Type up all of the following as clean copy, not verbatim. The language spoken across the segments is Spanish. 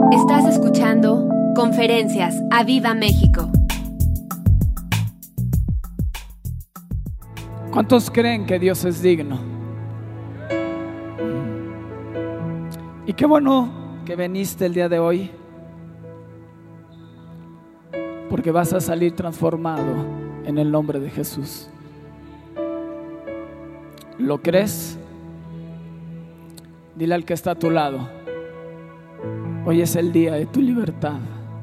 Estás escuchando Conferencias a Viva México. ¿Cuántos creen que Dios es digno? Y qué bueno que viniste el día de hoy, porque vas a salir transformado en el nombre de Jesús. ¿Lo crees? Dile al que está a tu lado: hoy es el día de tu libertad.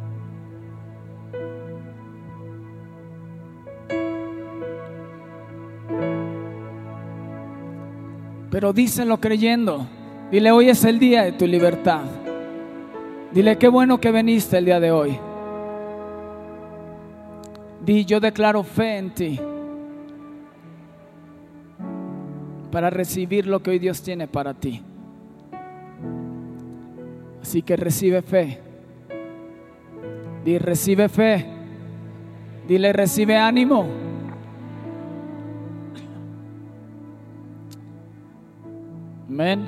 Pero díselo creyendo. Dile: hoy es el día de tu libertad. Dile: qué bueno que viniste el día de hoy. Di: yo declaro fe en ti para recibir lo que hoy Dios tiene para ti. Así que recibe fe. Di: recibe fe. Dile: recibe ánimo. Amén.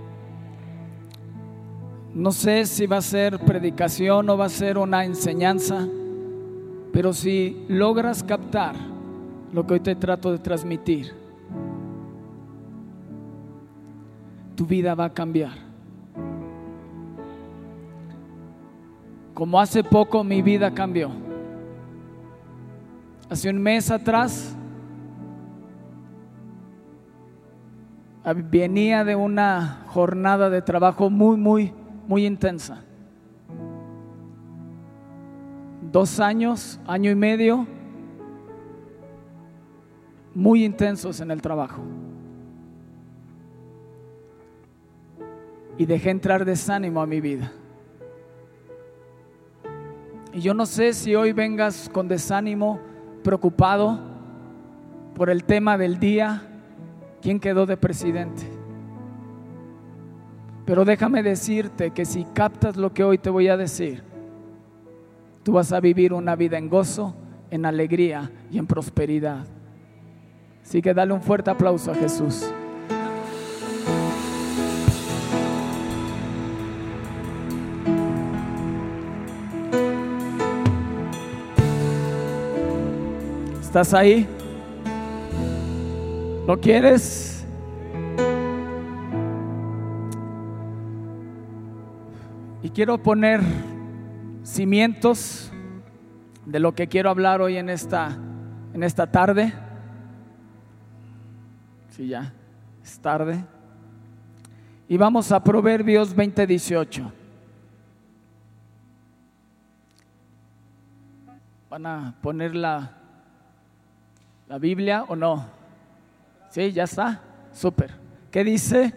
No sé si va a ser predicación o va a ser una enseñanza, pero si logras captar lo que hoy te trato de transmitir, tu vida va a cambiar. Como hace poco mi vida cambió. Hace un mes atrás venía de una jornada de trabajo muy intensa. 2 años, año y medio, muy intensos en el trabajo. Y dejé entrar desánimo a mi vida. Y yo no sé si hoy vengas con desánimo, preocupado por el tema del día. ¿Quién quedó de presidente? Pero déjame decirte que si captas lo que hoy te voy a decir, tú vas a vivir una vida en gozo, en alegría y en prosperidad. Así que dale un fuerte aplauso a Jesús. ¿Estás ahí? ¿Lo quieres? Y quiero poner cimientos de lo que quiero hablar hoy en esta tarde. Sí, ya es tarde. Y vamos a Proverbios 20:18. ¿Van a poner la Biblia o no? Sí, ya está. Súper. ¿Qué dice?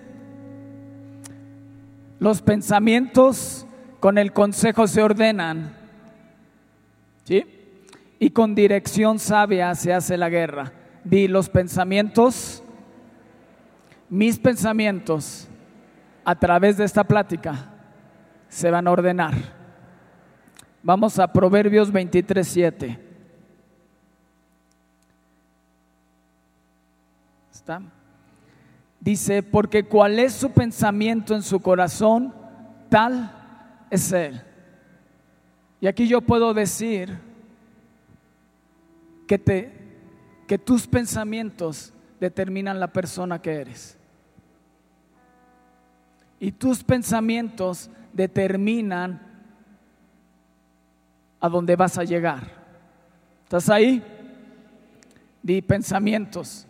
Los pensamientos con el consejo se ordenan, ¿sí? Y con dirección sabia se hace la guerra. Di: los pensamientos, mis pensamientos, a través de esta plática, se van a ordenar. Vamos a Proverbios 23:7. ¿Está? Dice: porque cuál es su pensamiento en su corazón, tal es él. Y aquí yo puedo decir que tus pensamientos determinan la persona que eres. Y tus pensamientos determinan a dónde vas a llegar. ¿Estás ahí? Di: pensamientos.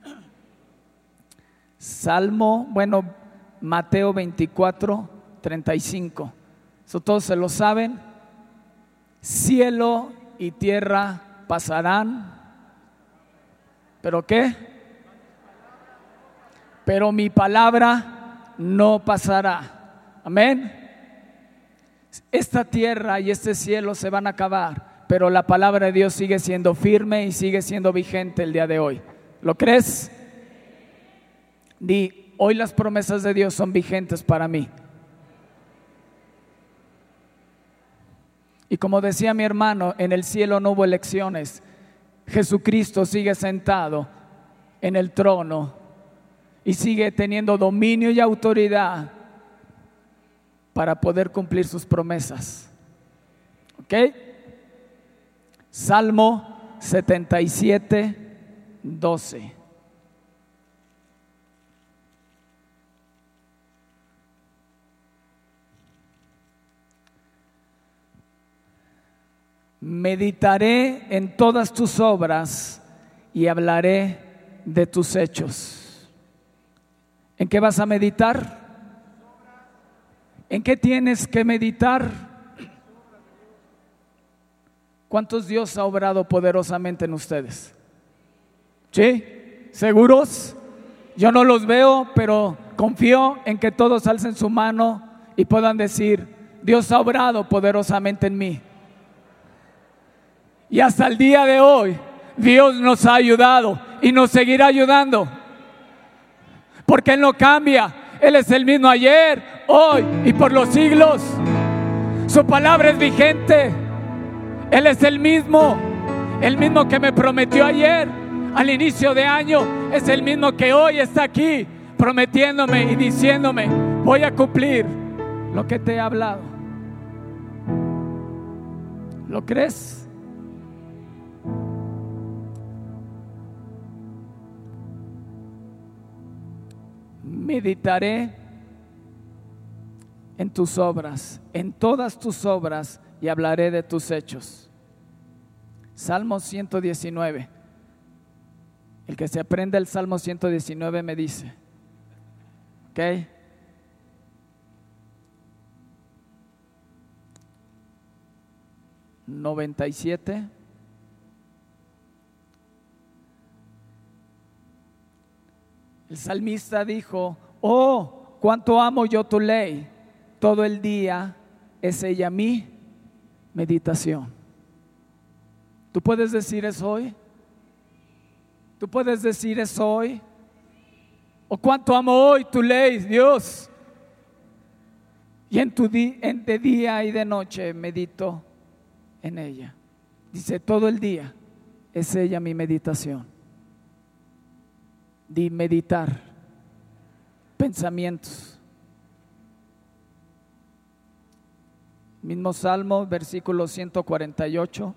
Mateo 24:35. Eso todos se lo saben. Cielo y tierra pasarán, ¿pero qué? Pero mi palabra no pasará. Amén. Esta tierra y este cielo se van a acabar, pero la palabra de Dios sigue siendo firme y sigue siendo vigente el día de hoy. ¿Lo crees? Di: hoy las promesas de Dios son vigentes para mí. Y como decía mi hermano, en el cielo no hubo elecciones. Jesucristo sigue sentado en el trono y sigue teniendo dominio y autoridad para poder cumplir sus promesas. ¿Ok? Salmo 77, 12. Meditaré en todas tus obras y hablaré de tus hechos. ¿En qué vas a meditar? ¿En qué tienes que meditar? ¿Cuántos Dios ha obrado poderosamente en ustedes? ¿Sí? ¿Seguros? Yo no los veo, pero confío en que todos alcen su mano y puedan decir: Dios ha obrado poderosamente en mí. Y hasta el día de hoy Dios nos ha ayudado y nos seguirá ayudando, porque Él no cambia. Él es el mismo ayer, hoy y por los siglos. Su palabra es vigente. Él es el mismo que me prometió ayer al inicio de año. Es el mismo que hoy está aquí prometiéndome y diciéndome: voy a cumplir lo que te he hablado. ¿Lo crees? Meditaré en tus obras, en todas tus obras, y hablaré de tus hechos. Salmo 119. El que se aprenda el Salmo 119 me dice. ¿Ok? ¿97? El salmista dijo: oh, cuánto amo yo tu ley, todo el día es ella mi meditación. ¿Tú puedes decir eso hoy? ¿Tú puedes decir eso hoy? ¿O cuánto amo hoy tu ley, Dios? Y de día y de noche medito en ella. Dice: todo el día es ella mi meditación. De meditar, pensamientos. Mismo Salmo, versículo 148.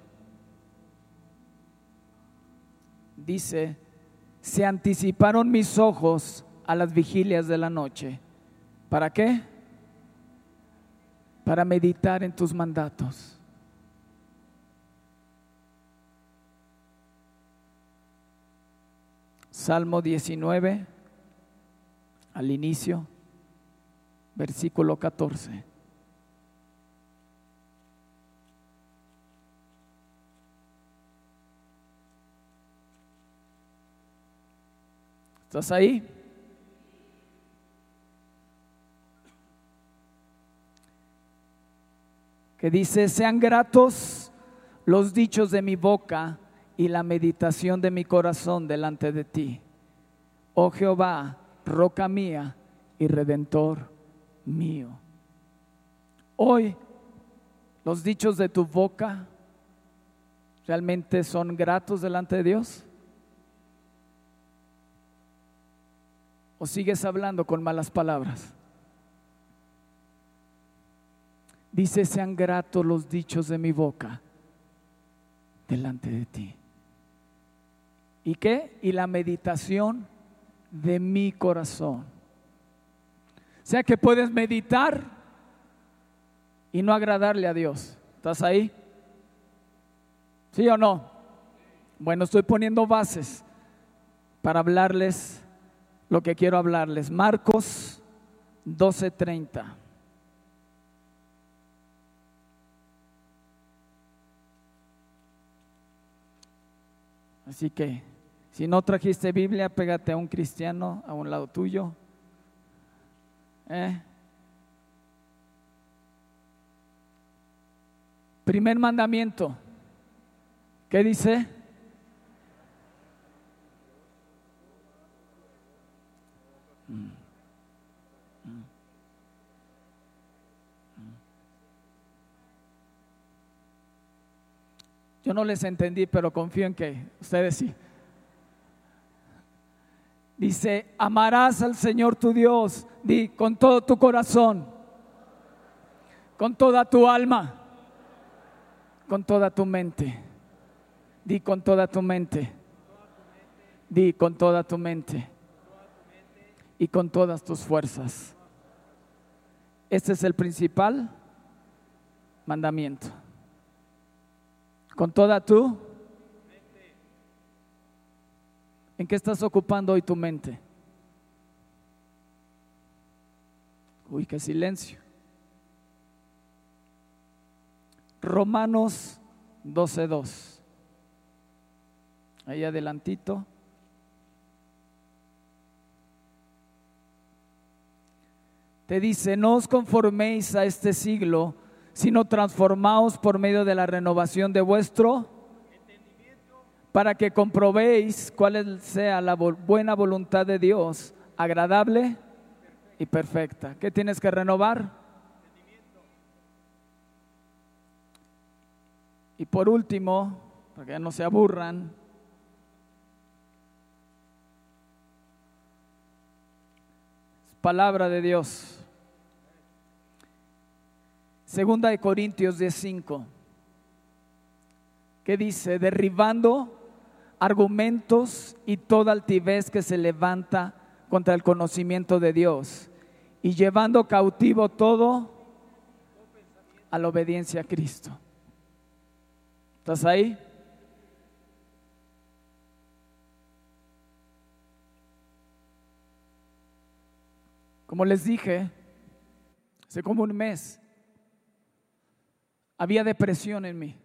Dice: se anticiparon mis ojos a las vigilias de la noche. ¿Para qué? Para meditar en tus mandatos. Salmo 19, al inicio, versículo 14. ¿Estás ahí? Que dice: sean gratos los dichos de mi boca y la meditación de mi corazón delante de ti, oh Jehová, roca mía y redentor mío. Hoy, los dichos de tu boca realmente son gratos delante de Dios. ¿O sigues hablando con malas palabras? Dice: sean gratos los dichos de mi boca delante de ti. ¿Y qué? Y la meditación de mi corazón. O sea que puedes meditar y no agradarle a Dios. ¿Estás ahí? ¿Sí o no? Bueno, estoy poniendo bases para hablarles lo que quiero hablarles. Marcos 12:30. Así que si no trajiste Biblia, pégate a un cristiano a un lado tuyo. Primer mandamiento. ¿Qué dice? Yo no les entendí, pero confío en que ustedes sí. Dice: amarás al Señor tu Dios, di, con todo tu corazón, con toda tu alma, con toda tu mente. Di con toda tu mente. Di con toda tu mente y con todas tus fuerzas. Este es el principal mandamiento. Con toda tu mente. ¿En qué estás ocupando hoy tu mente? Uy, qué silencio. Romanos 12:2. Ahí adelantito. Te dice: no os conforméis a este siglo, sino transformaos por medio de la renovación de vuestro entendimiento, para que comprobéis cuál sea la buena voluntad de Dios, agradable y perfecta. ¿Qué tienes que renovar? Entendimiento. Y por último, para que ya no se aburran, palabra de Dios. Segunda de Corintios 10:5, que dice: derribando argumentos y toda altivez que se levanta contra el conocimiento de Dios, y llevando cautivo todo a la obediencia a Cristo. ¿Estás ahí? Como les dije, hace como un mes, había depresión en mí.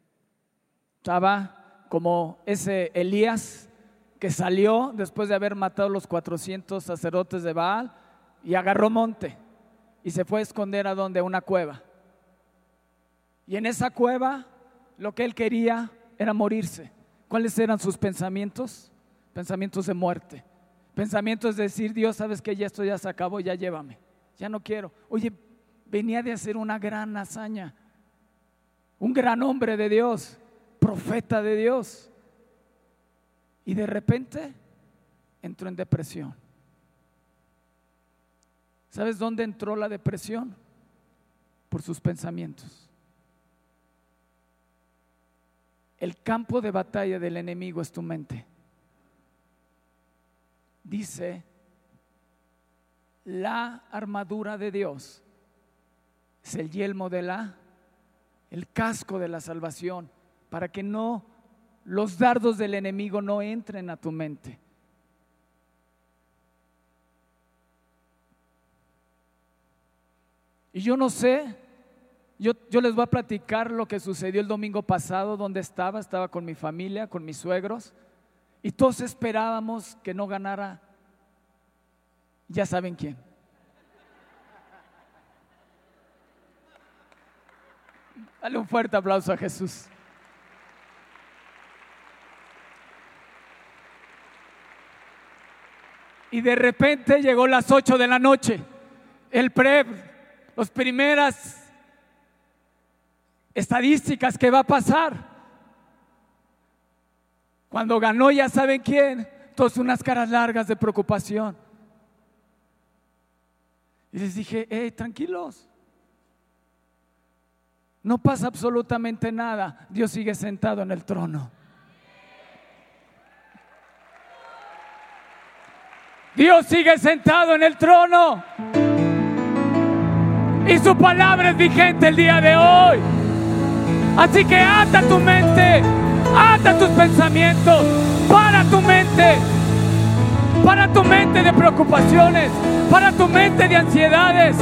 Estaba como ese Elías que salió después de haber matado a los 400 sacerdotes de Baal y agarró monte y se fue a esconder a donde, a una cueva. Y en esa cueva lo que él quería era morirse. ¿Cuáles eran sus pensamientos? Pensamientos de muerte. Pensamientos de decir: Dios, sabes que ya esto ya se acabó, ya llévame, ya no quiero. Oye, venía de hacer una gran hazaña, un gran hombre de Dios, profeta de Dios, y de repente entró en depresión. ¿Sabes dónde entró la depresión? Por sus pensamientos. El campo de batalla del enemigo es tu mente. Dice: la armadura de Dios es el yelmo el casco de la salvación, para que no los dardos del enemigo no entren a tu mente. Y yo no sé, yo les voy a platicar lo que sucedió el domingo pasado. Donde estaba con mi familia, con mis suegros, y todos esperábamos que no ganara, ya saben quién. Dale un fuerte aplauso a Jesús. Y de repente llegó las 8 de la noche, el prep, las primeras estadísticas que va a pasar. Cuando ganó, ya saben quién, todas unas caras largas de preocupación. Y les dije: tranquilos, no pasa absolutamente nada, Dios sigue sentado en el trono. Dios sigue sentado en el trono y su palabra es vigente el día de hoy. Así que ata tu mente, ata tus pensamientos, para tu mente de preocupaciones, para tu mente de ansiedades,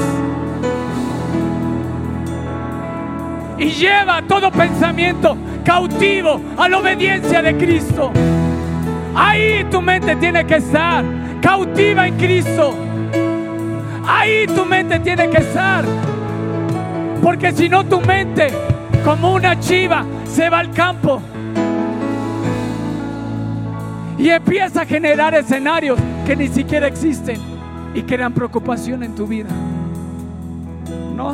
y lleva todo pensamiento cautivo a la obediencia de Cristo. Ahí tu mente tiene que estar cautiva en Cristo. Ahí tu mente tiene que estar, porque si no, tu mente, como una chiva, se va al campo y empieza a generar escenarios que ni siquiera existen y crean preocupación en tu vida. ¿No?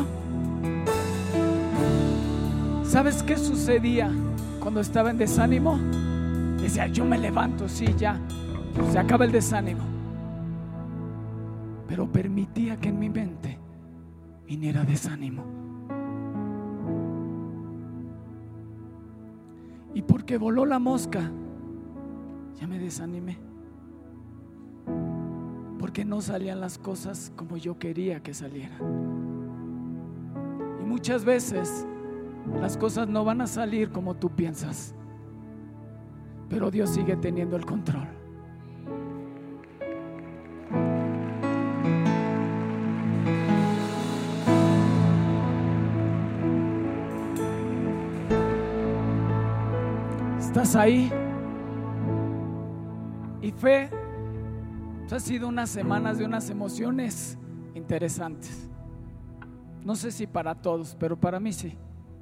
¿Sabes qué sucedía cuando estaba en desánimo? Decía: yo me levanto, sí, ya se acaba el desánimo. Pero permitía que en mi mente viniera desánimo. porque voló la mosca, ya me desanimé, porque no salían las cosas como yo quería que salieran. Y muchas veces las cosas no van a salir como tú piensas, pero Dios sigue teniendo el control. ¿Estás ahí? Y fe, ha sido unas semanas de unas emociones interesantes. No sé si para todos, pero para mí sí.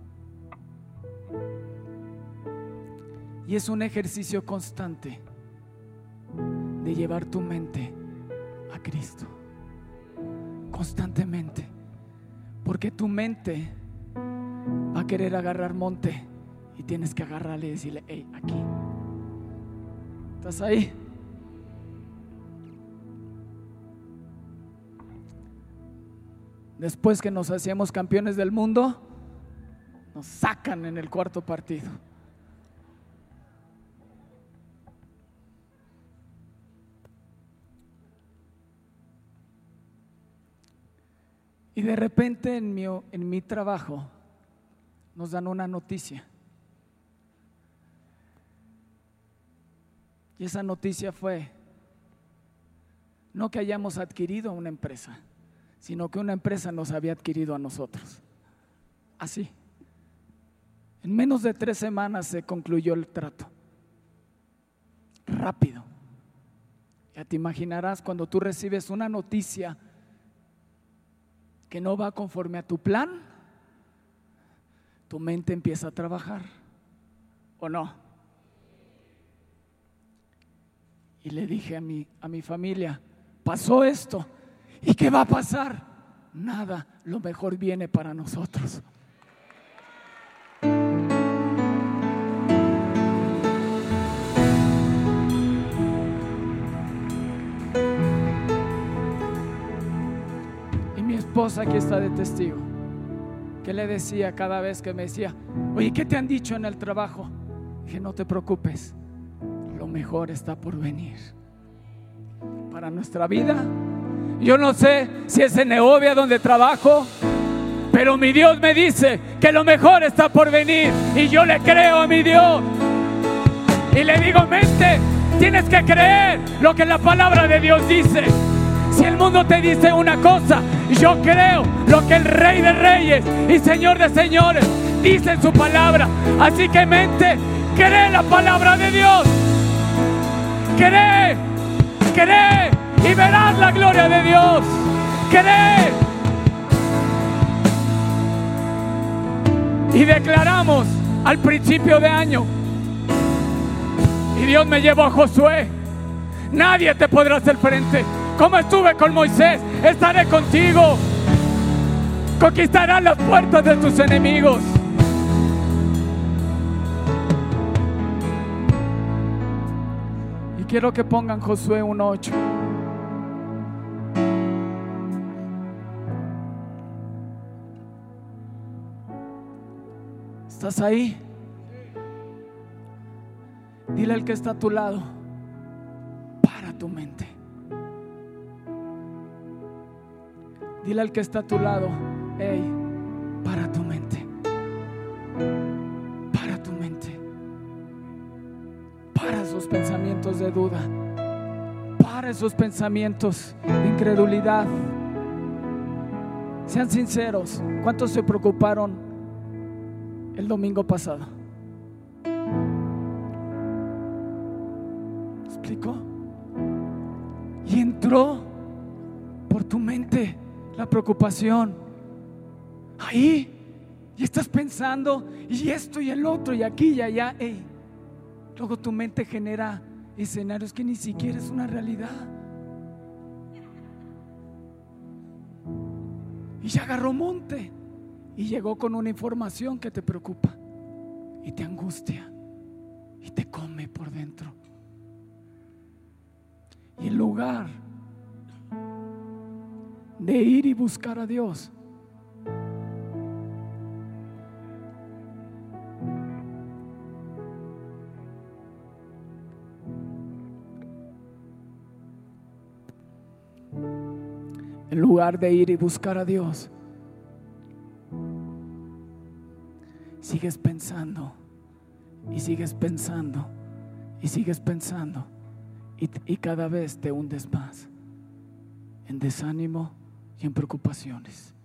Y es un ejercicio constante de llevar tu mente a Cristo, constantemente, porque tu mente va a querer agarrar monte y tienes que agarrarle y decirle: hey, aquí, ¿estás ahí? Después que nos hacíamos campeones del mundo, nos sacan en el cuarto partido. Y de repente en mi trabajo nos dan una noticia. Y esa noticia fue no que hayamos adquirido una empresa, sino que una empresa nos había adquirido a nosotros. Así. En menos de 3 semanas se concluyó el trato. Rápido. Ya te imaginarás cuando tú recibes una noticia que no va conforme a tu plan, tu mente empieza a trabajar, ¿o no? Y le dije a mi familia: pasó esto. ¿Y qué va a pasar? Nada, lo mejor viene para nosotros. Y mi esposa aquí está de testigo, que le decía cada vez que me decía: oye, ¿qué te han dicho en el trabajo? Dije: no te preocupes, lo mejor está por venir para nuestra vida. Yo no sé si es en Neovia donde trabajo, pero mi Dios me dice que lo mejor está por venir, y yo le creo a mi Dios. Y le digo: mente, tienes que creer lo que la palabra de Dios dice. Si el mundo te dice una cosa, yo creo lo que el Rey de Reyes y Señor de Señores dice en su palabra. Así que mente, cree la palabra de Dios. Cree, cree y verás la gloria de Dios. Cree. Y declaramos al principio de año, y Dios me llevó a Josué: nadie te podrá hacer frente. Como estuve con Moisés, estaré contigo. Conquistarás las puertas de tus enemigos. Y quiero que pongan Josué 1:8. ¿Estás ahí? Dile al que está a tu lado: para tu mente. Dile al que está a tu lado: hey, para tu mente. Para tu mente. Para esos pensamientos de duda. Para esos pensamientos de incredulidad. Sean sinceros, ¿cuántos se preocuparon el domingo pasado? ¿Me explico? Y entró por tu mente la preocupación. Ahí, y estás pensando, y esto y el otro, y aquí y allá. Hey, luego tu mente genera escenarios que ni siquiera es una realidad. Y ya agarró monte y llegó con una información que te preocupa y te angustia y te come por dentro. Y en lugar de ir y buscar a Dios, en lugar de ir y buscar a Dios, sigues pensando y sigues pensando y sigues pensando y cada vez te hundes más en desánimo y en preocupaciones.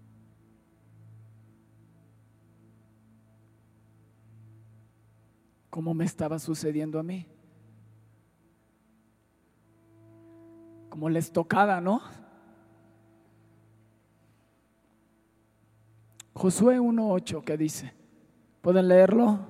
Como me estaba sucediendo a mí, como la estocada, ¿no? Josué 1:8, ¿qué dice? ¿Pueden leerlo?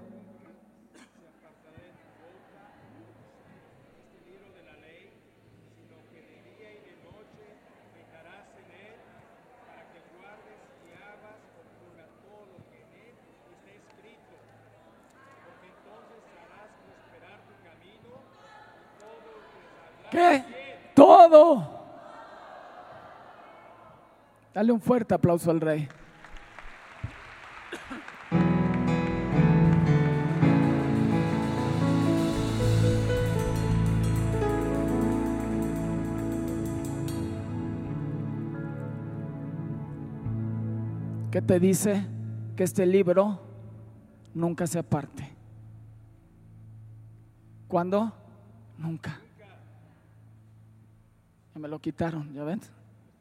¿Qué? Todo. Dale un fuerte aplauso al Rey. ¿Qué te dice? Que este libro nunca se aparte. ¿Cuándo? Nunca. Ya me lo quitaron, ¿ya ven?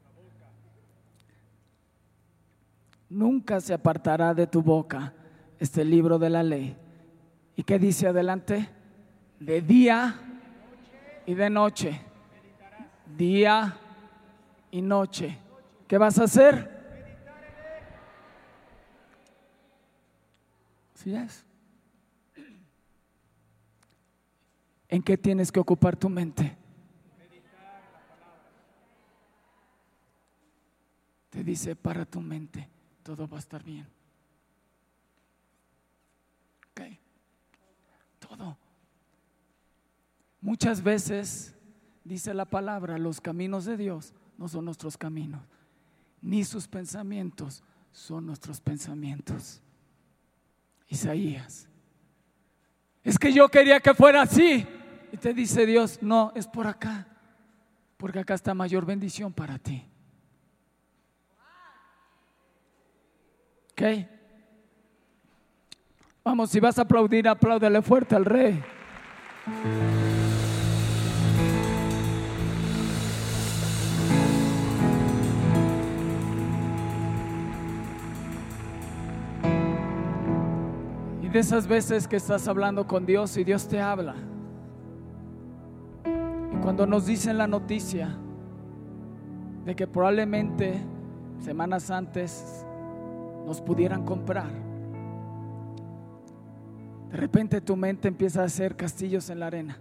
Nunca se apartará de tu boca este libro de la ley. ¿Y qué dice adelante? De día y de noche. Día y noche. ¿Qué vas a hacer? Así es. ¿En qué tienes que ocupar tu mente? Te dice, para tu mente, todo va a estar bien. Ok. Todo. Muchas veces dice la palabra, los caminos de Dios no son nuestros caminos, ni sus pensamientos son nuestros pensamientos. Isaías, es que yo quería que fuera así. Y te dice Dios, no, es por acá, porque acá está mayor bendición para ti. Ok. Vamos, si vas a aplaudir, apláudele fuerte al Rey. Y de esas veces que estás hablando con Dios y Dios te habla, y cuando nos dicen la noticia de que probablemente semanas antes nos pudieran comprar, de repente tu mente empieza a hacer castillos en la arena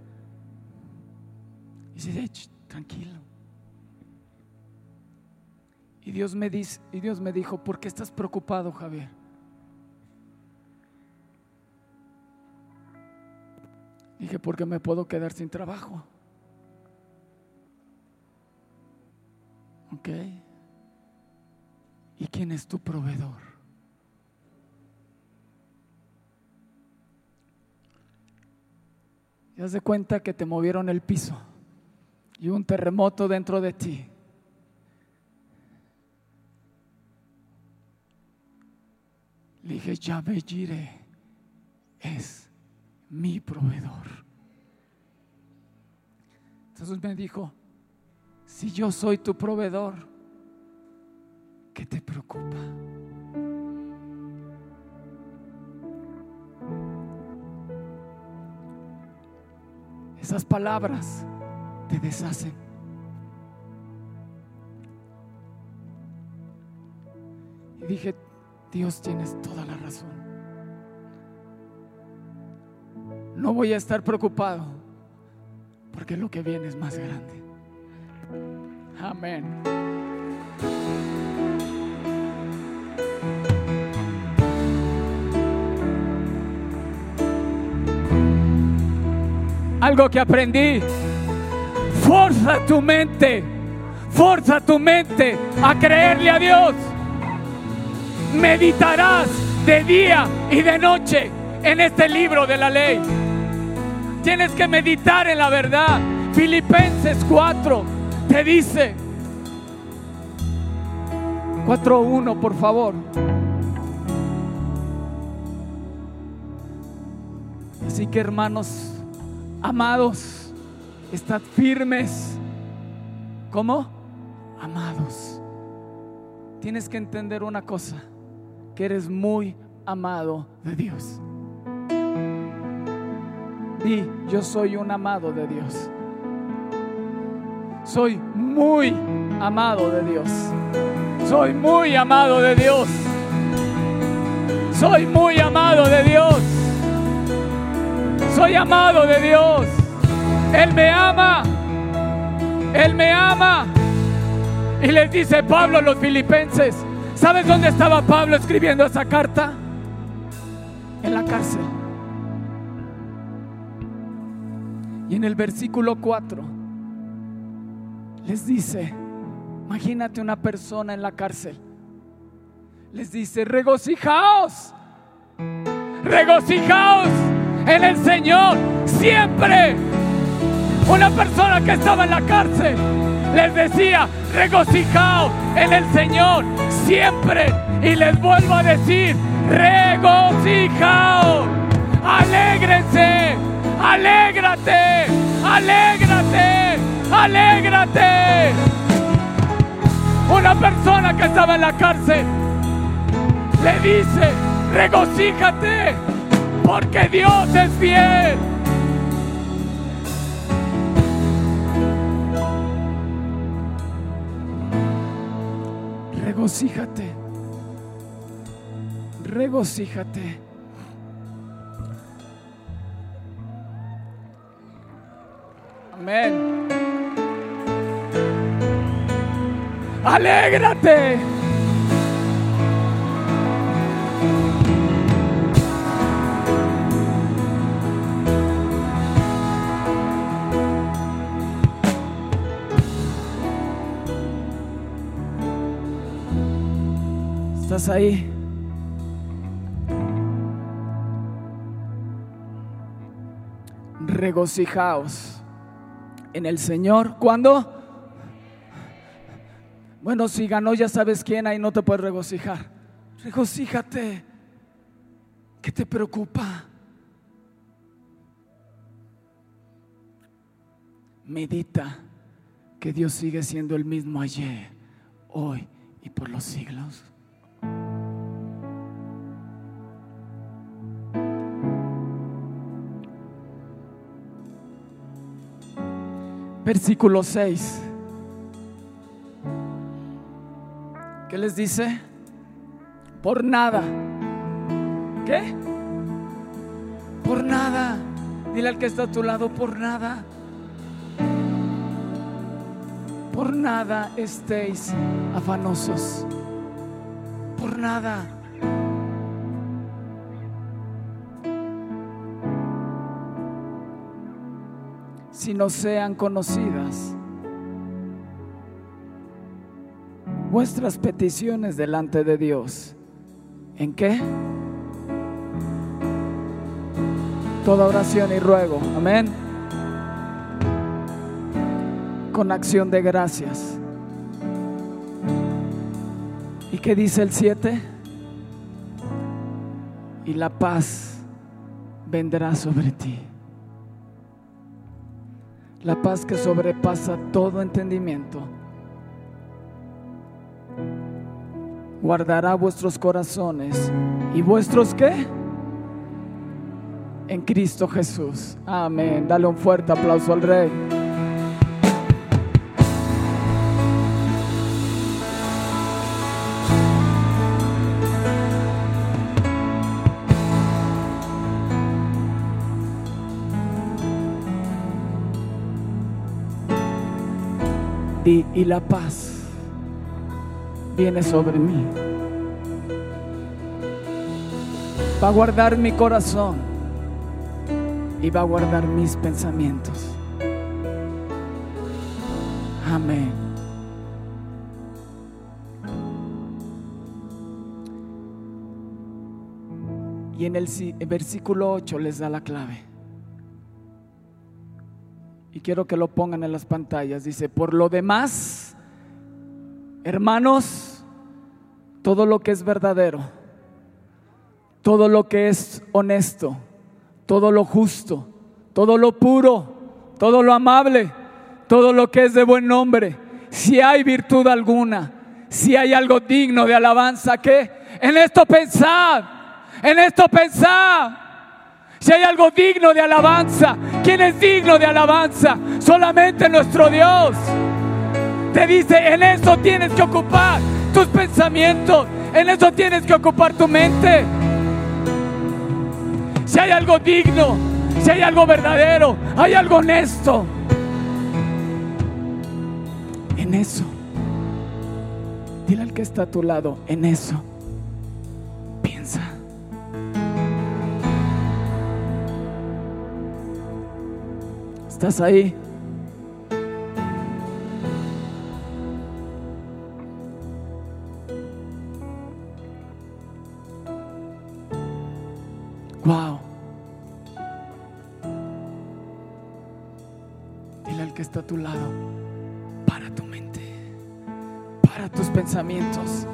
y dice, tranquilo. Y Dios me dijo, ¿por qué estás preocupado, Javier? Dije, porque me puedo quedar sin trabajo. Ok. ¿Y quién es tu proveedor? Y haz de cuenta que te movieron el piso y un terremoto dentro de ti. Le dije, Yahvé Jireh es mi proveedor. Entonces me dijo, si yo soy tu proveedor, ¿qué te preocupa? Esas palabras te deshacen. Y dije, Dios, tienes toda la razón. No voy a estar preocupado porque lo que viene es más grande. Amén. Algo que aprendí: forza tu mente a creerle a Dios. Meditarás de día y de noche en este libro de la ley. Tienes que meditar en la verdad. Filipenses 4 te dice 4:1, por favor. Así que, hermanos amados, estad firmes. ¿Cómo? Amados. Tienes que entender una cosa, que eres muy amado de Dios. Di: yo soy un amado de Dios. Soy muy amado de Dios. Soy muy amado de Dios. Soy muy amado de Dios. Soy amado de Dios. Él me ama. Él me ama. Y les dice Pablo a los filipenses. ¿Sabes dónde estaba Pablo escribiendo esa carta? En la cárcel. Y en el versículo 4 les dice, imagínate una persona en la cárcel, les dice: regocijaos, regocijaos en el Señor siempre. Una persona que estaba en la cárcel les decía: regocijaos en el Señor siempre. Y les vuelvo a decir: regocijaos, alégrense, alégrate, alégrate, alégrate. Una persona que estaba en la cárcel le dice: regocíjate, porque Dios es fiel. Regocíjate, regocíjate. Amén. Alégrate. ¿Estás ahí? Regocijaos en el Señor. ¿Cuándo? Bueno, si ganó ya sabes quién, ahí no te puedes regocijar. Regocíjate. ¿Qué te preocupa? Medita que Dios sigue siendo el mismo ayer, hoy y por los siglos. Versículo 6. ¿Qué les dice? Por nada. ¿Qué? Por nada. Dile al que está a tu lado: por nada. Por nada estéis afanosos. Por nada. Si no sean conocidas vuestras peticiones delante de Dios. ¿En qué? Toda oración y ruego. Amén. Con acción de gracias. ¿Y qué dice el 7? Y la paz vendrá sobre ti. La paz que sobrepasa todo entendimiento guardará vuestros corazones y vuestros ¿qué? En Cristo Jesús. Amén. Dale un fuerte aplauso al Rey. Y la paz viene sobre mí. Va a guardar mi corazón y va a guardar mis pensamientos. Amén. Y en el versículo 8 les da la clave. Y quiero que lo pongan en las pantallas. Dice: por lo demás, hermanos, todo lo que es verdadero, todo lo que es honesto, todo lo justo, todo lo puro, todo lo amable, todo lo que es de buen nombre, si hay virtud alguna, si hay algo digno de alabanza, ¿qué? En esto pensad, en esto pensad. Si hay algo digno de alabanza, ¿quién es digno de alabanza? Solamente nuestro Dios. Te dice, en eso tienes que ocupar tus pensamientos, en eso tienes que ocupar tu mente. Si hay algo digno, si hay algo verdadero, hay algo honesto, en eso, dile al que está a tu lado, en eso piensa. ¿Estás ahí? Wow. Dile al que está a tu lado, para tu mente, para tus pensamientos.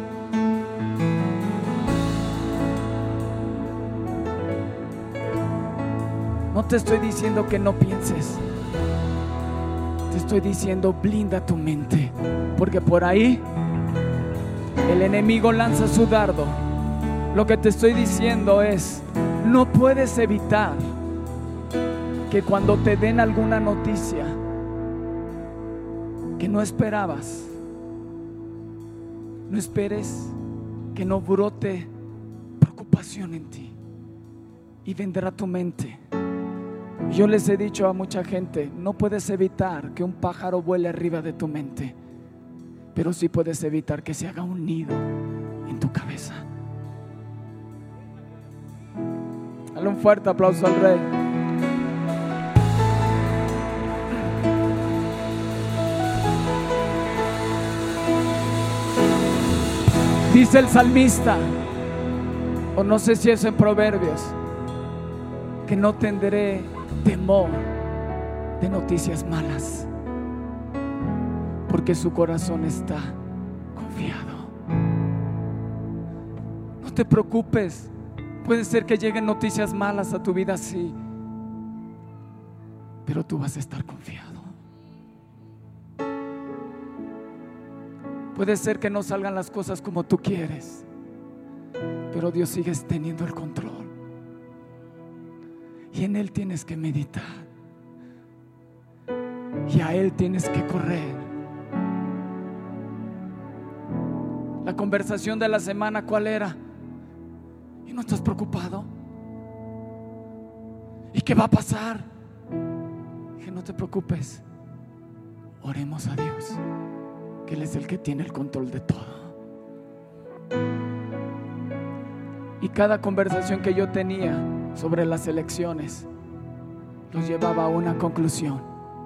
No te estoy diciendo que no pienses, te estoy diciendo blinda tu mente, porque por ahí el enemigo lanza su dardo. Lo que te estoy diciendo es, no puedes evitar que cuando te den alguna noticia que no esperabas, no esperes que no brote preocupación en ti y vendrá a tu mente. Yo les he dicho a mucha gente, no puedes evitar que un pájaro vuele arriba de tu mente, pero sí puedes evitar que se haga un nido en tu cabeza. Dale un fuerte aplauso al Rey. Dice el salmista, o no sé si es en Proverbios, que no tendré temor de noticias malas, porque su corazón está confiado. No te preocupes. Puede ser que lleguen noticias malas a tu vida, sí, pero tú vas a estar confiado. Puede ser que no salgan las cosas como tú quieres, pero Dios sigue teniendo el control. Y en Él tienes que meditar, y a Él tienes que correr. La conversación de la semana, ¿cuál era? ¿Y no estás preocupado? ¿Y qué va a pasar? Que no te preocupes, oremos a Dios, que Él es el que tiene el control de todo. Y cada conversación que yo tenía sobre las elecciones los llevaba a una conclusión: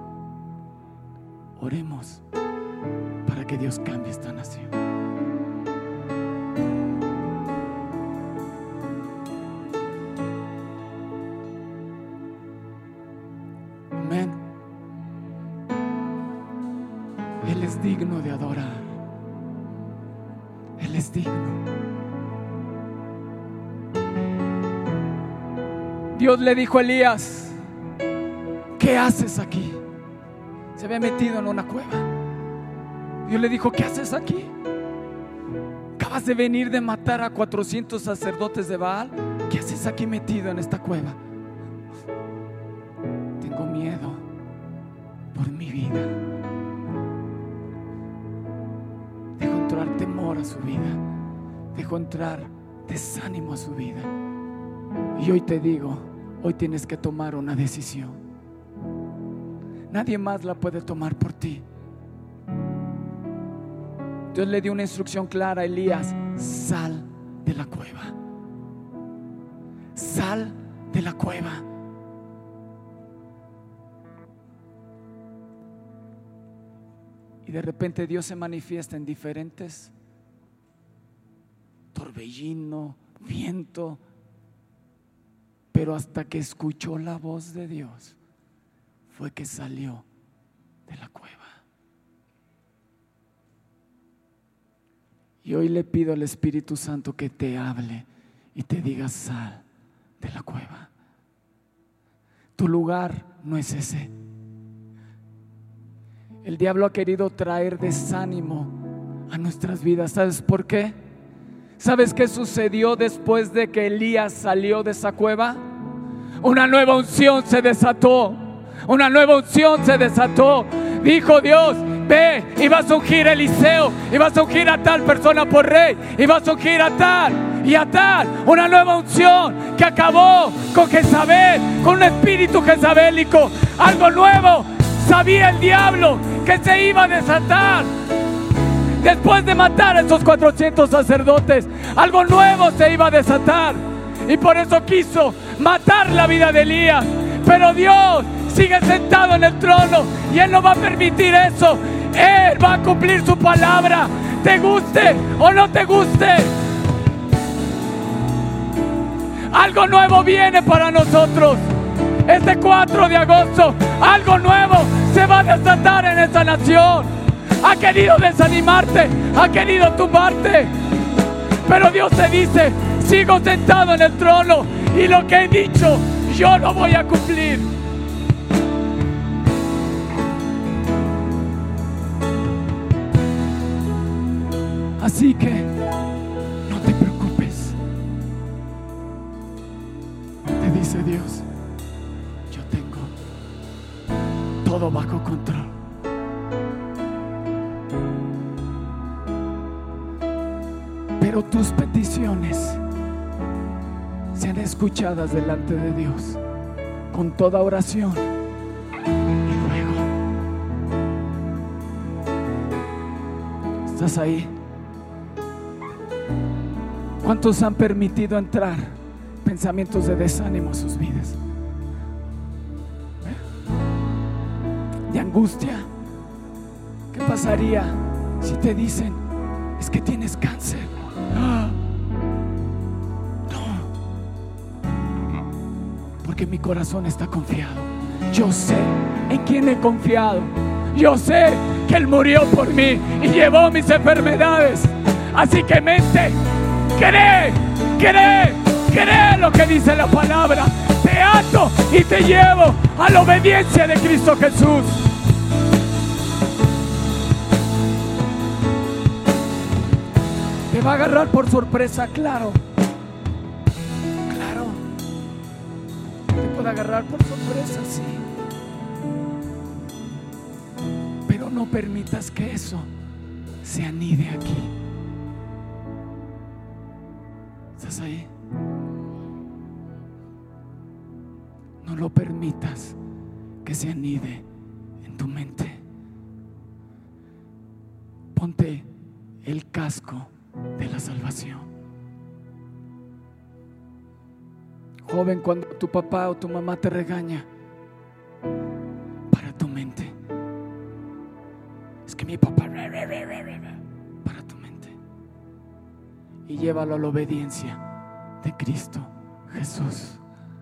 oremos para que Dios cambie esta nación. Amén. Él es digno de adorar. Él es digno. Dios le dijo a Elías: ¿qué haces aquí? Se había metido en una cueva. Dios le dijo: ¿qué haces aquí? Acabas de venir de matar a 400 sacerdotes de Baal. ¿Qué haces aquí metido en esta cueva? Tengo miedo por mi vida. Dejo entrar temor a su vida, dejo entrar desánimo a su vida. Y hoy te digo, hoy tienes que tomar una decisión. Nadie más la puede tomar por ti. Dios le dio una instrucción clara a Elías: sal de la cueva. Sal de la cueva. Y de repente Dios se manifiesta en diferentes: torbellino, viento. Pero hasta que escuchó la voz de Dios fue que salió de la cueva. Y hoy le pido al Espíritu Santo que te hable y te diga: sal de la cueva. Tu lugar no es ese. El diablo ha querido traer desánimo a nuestras vidas. ¿Sabes por qué? ¿Sabes qué sucedió después de que Elías salió de esa cueva? Una nueva unción se desató. Una nueva unción se desató. Dijo Dios: ve y vas a ungir a Eliseo, y vas a ungir a tal persona por rey, y vas a ungir a tal y a tal. Una nueva unción que acabó con Jezabel, con un espíritu jezabélico. Algo nuevo sabía el diablo que se iba a desatar después de matar a esos 400 sacerdotes. Algo nuevo se iba a desatar, y por eso quiso matar la vida de Elías. Pero Dios sigue sentado en el trono, y Él no va a permitir eso. Él va a cumplir su palabra, te guste o no te guste. Algo nuevo viene para nosotros. Este 4 de agosto, algo nuevo se va a desatar en esta nación. Ha querido desanimarte, ha querido tumbarte, pero Dios te dice: sigo sentado en el trono, y lo que he dicho yo lo voy a cumplir. Así que no te preocupes, te dice Dios: yo tengo todo bajo control. Pero tus peticiones sean escuchadas delante de Dios con toda oración y ruego. ¿Estás ahí? ¿Cuántos han permitido entrar pensamientos de desánimo a sus vidas? De angustia. ¿Qué pasaría si te dicen: es que tienes cáncer? Porque mi corazón está confiado. Yo sé en quién he confiado. Yo sé que Él murió por mí y llevó mis enfermedades. Así que mente, cree lo que dice la palabra. Te ato y te llevo a la obediencia de Cristo Jesús. Te va a agarrar por sorpresa, claro. Te puede agarrar por sorpresa, sí. Pero no permitas que eso se anide aquí. ¿Estás ahí? No lo permitas que se anide en tu mente. Ponte el casco de la salvación. Joven, cuando tu papá o tu mamá te regaña, para tu mente: es que mi papá, para tu mente, y llévalo a la obediencia de Cristo Jesús.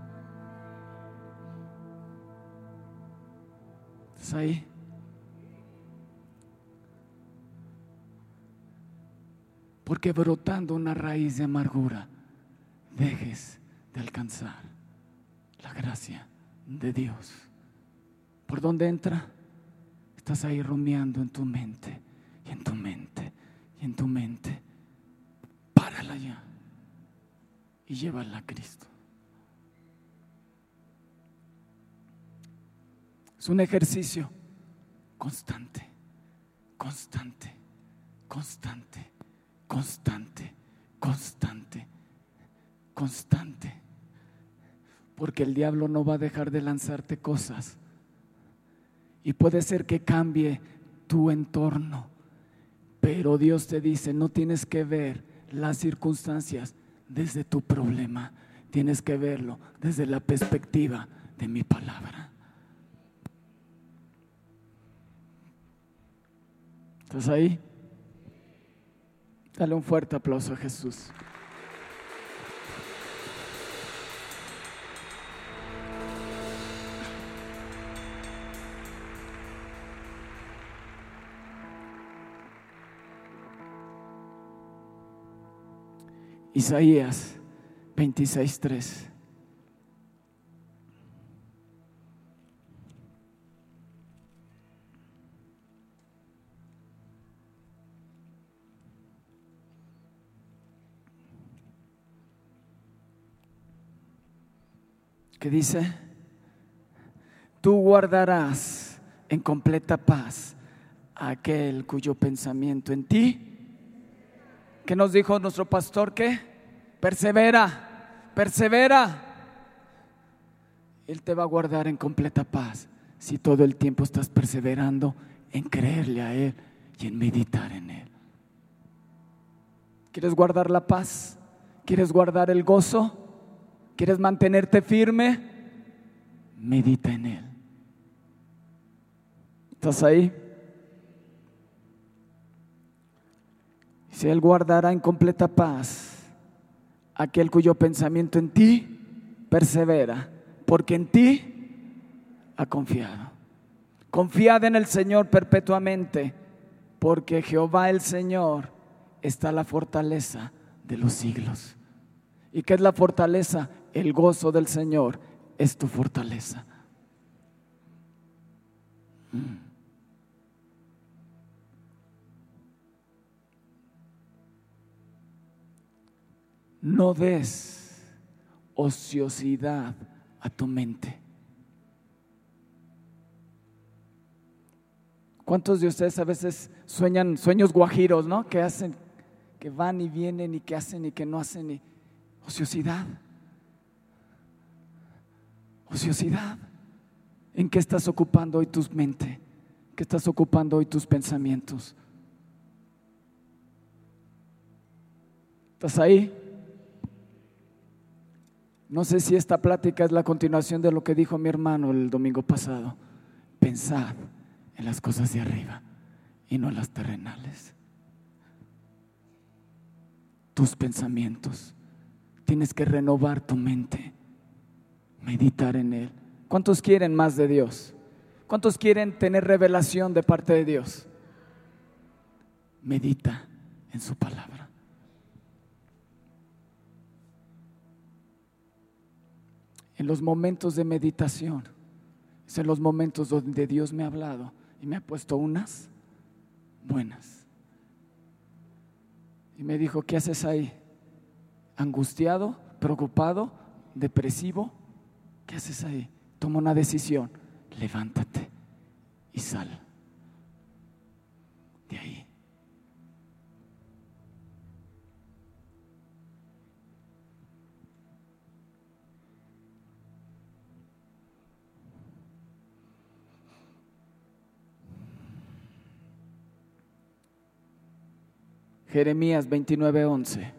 ¿Estás ahí? Porque brotando una raíz de amargura, dejes de alcanzar la gracia de Dios. ¿Por dónde entra? Estás ahí rumiando en tu mente, y en tu mente, y en tu mente. Párala ya y llévala a Cristo. Es un ejercicio constante, constante, constante, constante, constante, constante. Porque el diablo no va a dejar de lanzarte cosas. Y puede ser que cambie tu entorno, pero Dios te dice: no tienes que ver las circunstancias desde tu problema, tienes que verlo desde la perspectiva de mi palabra. ¿Estás ahí? Dale un fuerte aplauso a Jesús. Isaías 26:3. ¿Qué dice? Tú guardarás en completa paz a aquel cuyo pensamiento en ti. ¿Qué nos dijo nuestro pastor? ¿Qué? Persevera, persevera. Él te va a guardar en completa paz si todo el tiempo estás perseverando en creerle a Él y en meditar en Él. ¿Quieres guardar la paz? ¿Quieres guardar el gozo? ¿Quieres mantenerte firme? Medita en Él. ¿Estás ahí? Si Él guardará en completa paz aquel cuyo pensamiento en ti persevera, porque en ti ha confiado. Confiad en el Señor perpetuamente, porque Jehová el Señor está la fortaleza de los siglos. ¿Y qué es la fortaleza? El gozo del Señor es tu fortaleza. No des ociosidad a tu mente. ¿Cuántos de ustedes a veces sueñan sueños guajiros, ¿no? Que hacen, que van y vienen y que hacen y que no hacen y ociosidad. Ociosidad. ¿En qué estás ocupando hoy tu mente? ¿Qué estás ocupando hoy tus pensamientos? ¿Estás ahí? No sé si esta plática es la continuación de lo que dijo mi hermano el domingo pasado. Pensad en las cosas de arriba y no en las terrenales. Tus pensamientos. Tienes que renovar tu mente, meditar en Él. ¿Cuántos quieren más de Dios? ¿Cuántos quieren tener revelación de parte de Dios? Medita en su palabra. En los momentos de meditación, es en los momentos donde Dios me ha hablado y me ha puesto unas buenas. Y me dijo, ¿qué haces ahí? Angustiado, preocupado, depresivo. ¿Qué haces ahí? Toma una decisión, levántate y sal de ahí. Jeremías 29:11.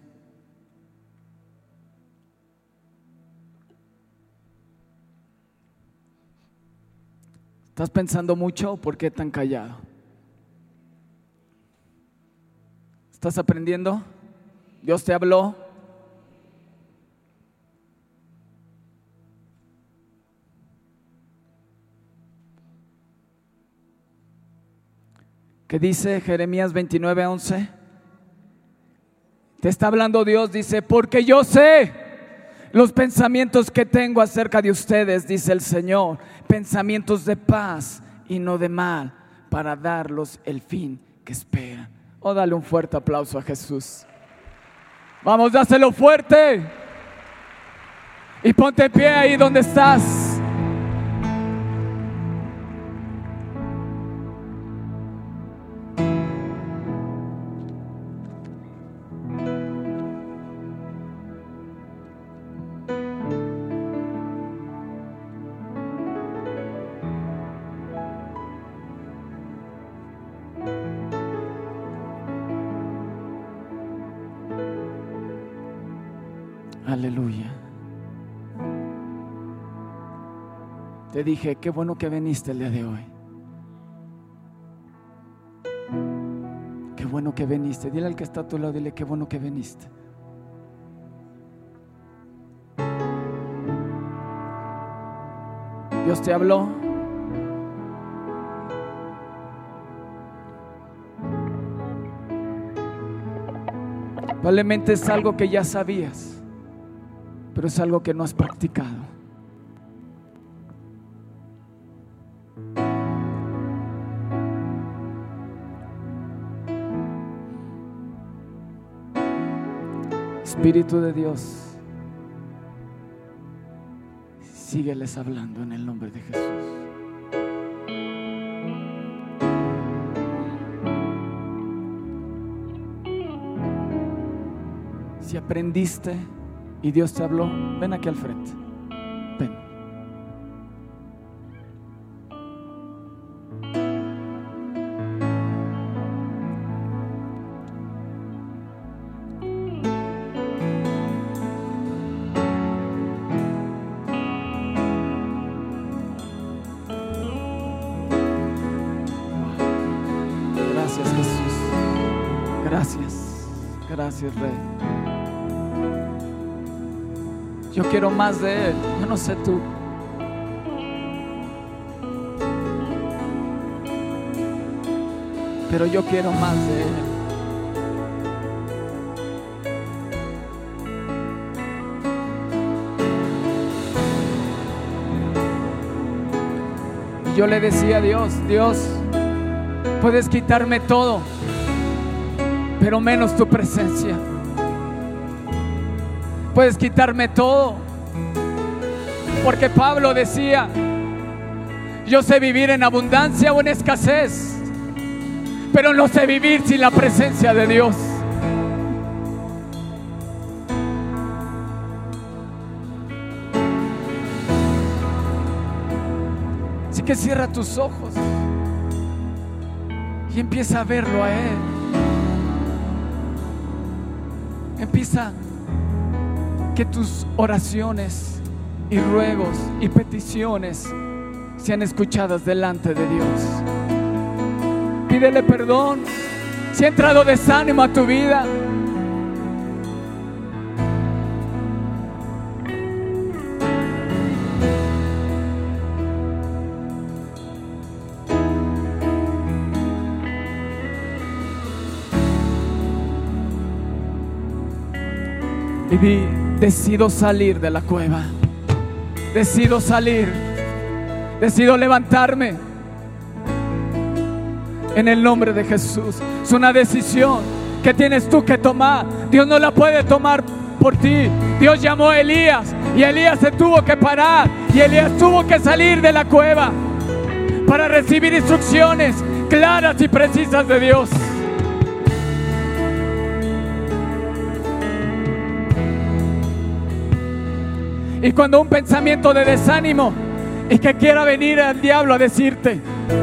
¿Estás pensando mucho? ¿Por qué tan callado? ¿Estás aprendiendo? ¿Dios te habló? ¿Qué dice Jeremías 29:11? Te está hablando Dios, dice, porque yo sé los pensamientos que tengo acerca de ustedes, dice el Señor, pensamientos de paz y no de mal, para darlos el fin que esperan. Oh, dale un fuerte aplauso a Jesús. Vamos, dáselo fuerte. Y ponte en pie ahí donde estás. Aleluya. Te dije, qué bueno que viniste el día de hoy. Qué bueno que viniste. Dile al que está a tu lado, dile, qué bueno que viniste. Dios te habló. Probablemente es algo que ya sabías, pero es algo que no has practicado. Espíritu de Dios, sígueles hablando en el nombre de Jesús. Si aprendiste y Dios te habló, ven aquí al frente. Ven. Gracias, Jesús. Gracias. Gracias, Rey. Yo quiero más de Él. Yo no sé tú. Pero yo quiero más de Él. Y yo le decía a Dios, Dios, puedes quitarme todo, pero menos tu presencia. Puedes quitarme todo, porque Pablo decía, yo sé vivir en abundancia o en escasez, pero no sé vivir sin la presencia de Dios. Así que cierra tus ojos y empieza a verlo a Él. Empieza que tus oraciones y ruegos y peticiones sean escuchadas delante de Dios. Pídele perdón si ha entrado desánimo a tu vida. Y di, decido salir de la cueva. Decido salir. Decido levantarme. En el nombre de Jesús. Es una decisión que tienes tú que tomar. Dios no la puede tomar por ti. Dios llamó a Elías y Elías se tuvo que parar. Y Elías tuvo que salir de la cueva para recibir instrucciones claras y precisas de Dios. Y cuando un pensamiento de desánimo y que quiera venir al diablo a decirte,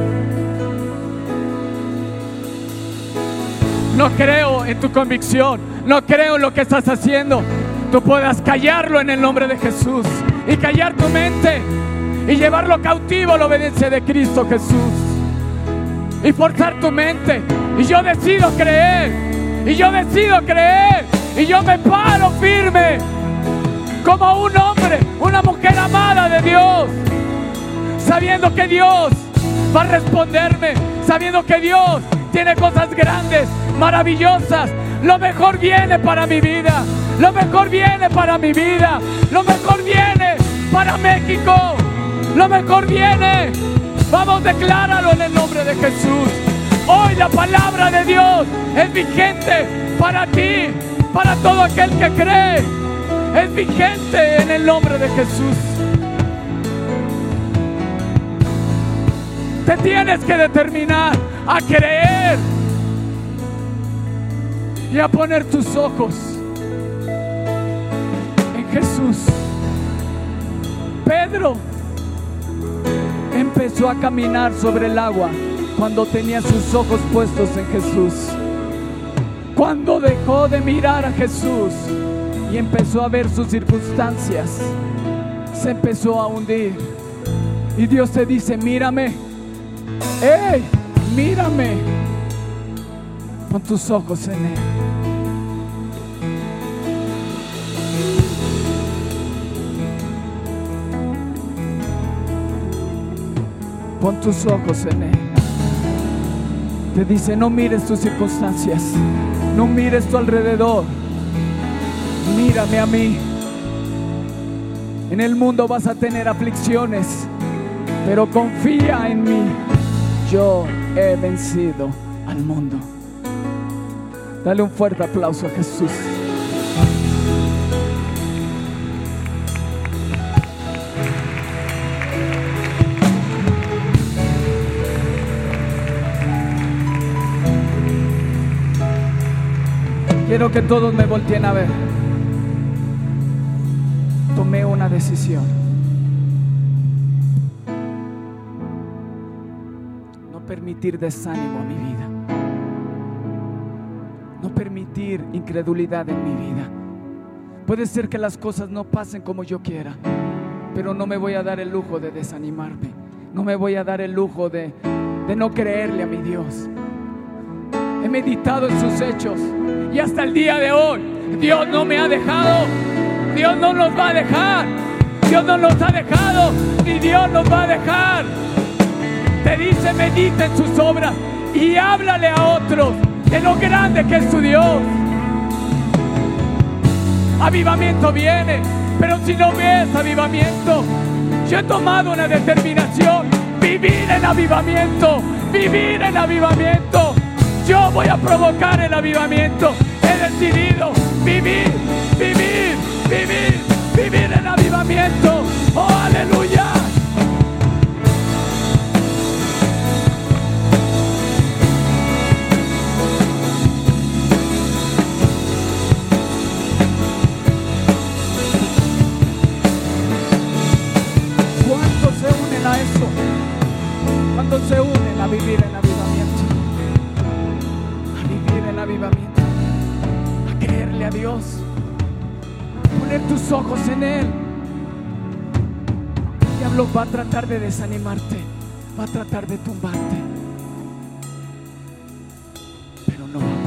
no creo en tu convicción, no creo en lo que estás haciendo, tú puedas callarlo en el nombre de Jesús y callar tu mente y llevarlo cautivo a la obediencia de Cristo Jesús y forzar tu mente. Y yo decido creer, y yo decido creer, y yo me paro firme como un hombre, una mujer amada de Dios, sabiendo que Dios va a responderme, sabiendo que Dios tiene cosas grandes, maravillosas. Lo mejor viene para mi vida, lo mejor viene para mi vida, lo mejor viene para México, lo mejor viene. Vamos, decláralo en el nombre de Jesús. Hoy la palabra de Dios es vigente para ti, para todo aquel que cree. Es vigente en el nombre de Jesús. Te tienes que determinar a creer y a poner tus ojos en Jesús. Pedro empezó a caminar sobre el agua cuando tenía sus ojos puestos en Jesús. Cuando dejó de mirar a Jesús y empezó a ver sus circunstancias, se empezó a hundir. Y Dios te dice, mírame, ¡hey! Mírame. Pon tus ojos en Él. Pon tus ojos en Él. Te dice, no mires tus circunstancias, no mires tu alrededor, Mírame a mí. En el mundo vas a tener aflicciones, pero confía en mí. Yo he vencido al mundo. Dale un fuerte aplauso a Jesús. Quiero que todos me volteen a ver. Tomé una decisión. No permitir desánimo a mi vida. No permitir incredulidad en mi vida. Puede ser que las cosas no pasen como yo quiera, pero no me voy a dar el lujo de desanimarme. No me voy a dar el lujo de no creerle a mi Dios. He meditado en sus hechos y hasta el día de hoy Dios no me ha dejado. Dios no nos va a dejar. Dios no nos ha dejado, ni Dios nos va a dejar. Te dice: medita en sus obras y háblale a otros de lo grande que es tu Dios. Avivamiento viene, pero si no ves avivamiento, yo he tomado una determinación: vivir en avivamiento, vivir en avivamiento. Yo voy a provocar el avivamiento. He decidido vivir, vivir, vivir, vivir en avivamiento. ¡Oh, aleluya! ¿Cuántos se unen a eso? ¿Cuántos se unen a vivir en avivamiento? A vivir en avivamiento, a creerle a Dios, poner tus ojos en Él. El diablo va a tratar de desanimarte, va a tratar de tumbarte, pero no va a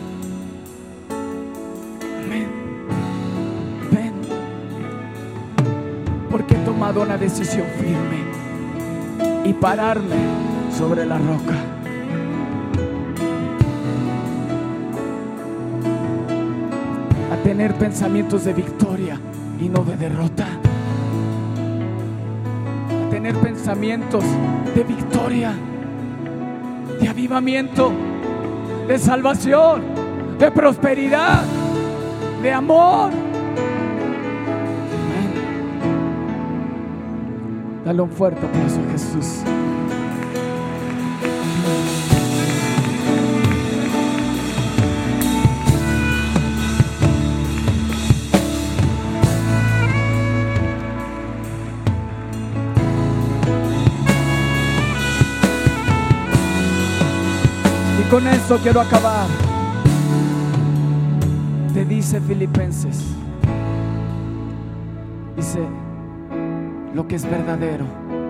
poder. Amén. Ven, porque he tomado una decisión firme y pararme sobre la roca. A tener pensamientos de victoria y no de derrota. A tener pensamientos de victoria, de avivamiento, de salvación, de prosperidad, de amor. Amén. Dale un fuerte aplauso a Jesús. Con esto quiero acabar. Te dice Filipenses, dice: lo que es verdadero.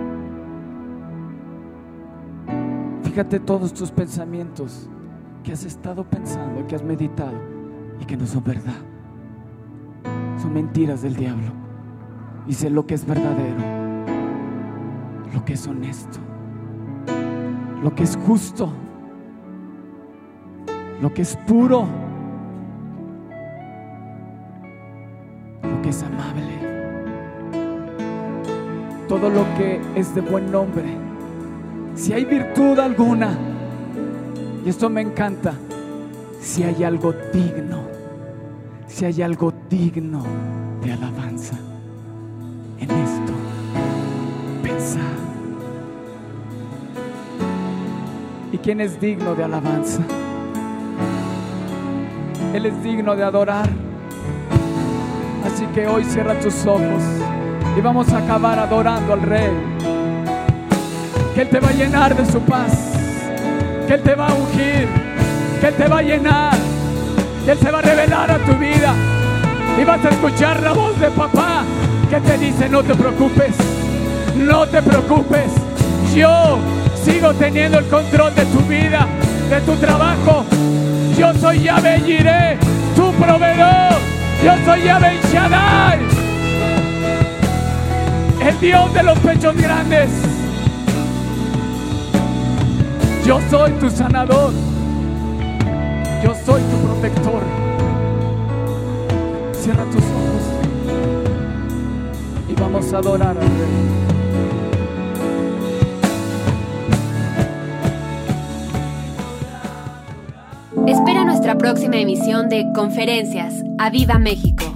Fíjate todos tus pensamientos que has estado pensando, que has meditado y que no son verdad. Son mentiras del diablo. Dice: lo que es verdadero, lo que es honesto, lo que es justo, lo que es puro, lo que es amable, todo lo que es de buen nombre, si hay virtud alguna, y esto me encanta, si hay algo digno, si hay algo digno de alabanza, en esto pensad. ¿Y quién es digno de alabanza? Él es digno de adorar. Así que hoy cierra tus ojos y vamos a acabar adorando al Rey. Que Él te va a llenar de su paz, que Él te va a ungir, que Él te va a llenar, que Él se va a revelar a tu vida. Y vas a escuchar la voz de papá que te dice: no te preocupes, no te preocupes. Yo sigo teniendo el control de tu vida, de tu trabajo. Yo soy Yahvé Jireh, tu proveedor. Yo soy Yahvé Shaddai, el Dios de los pechos grandes. Yo soy tu sanador. Yo soy tu protector. Cierra tus ojos y vamos a adorar al Rey. Espera nuestra próxima emisión de Conferencias. ¡A Viva México!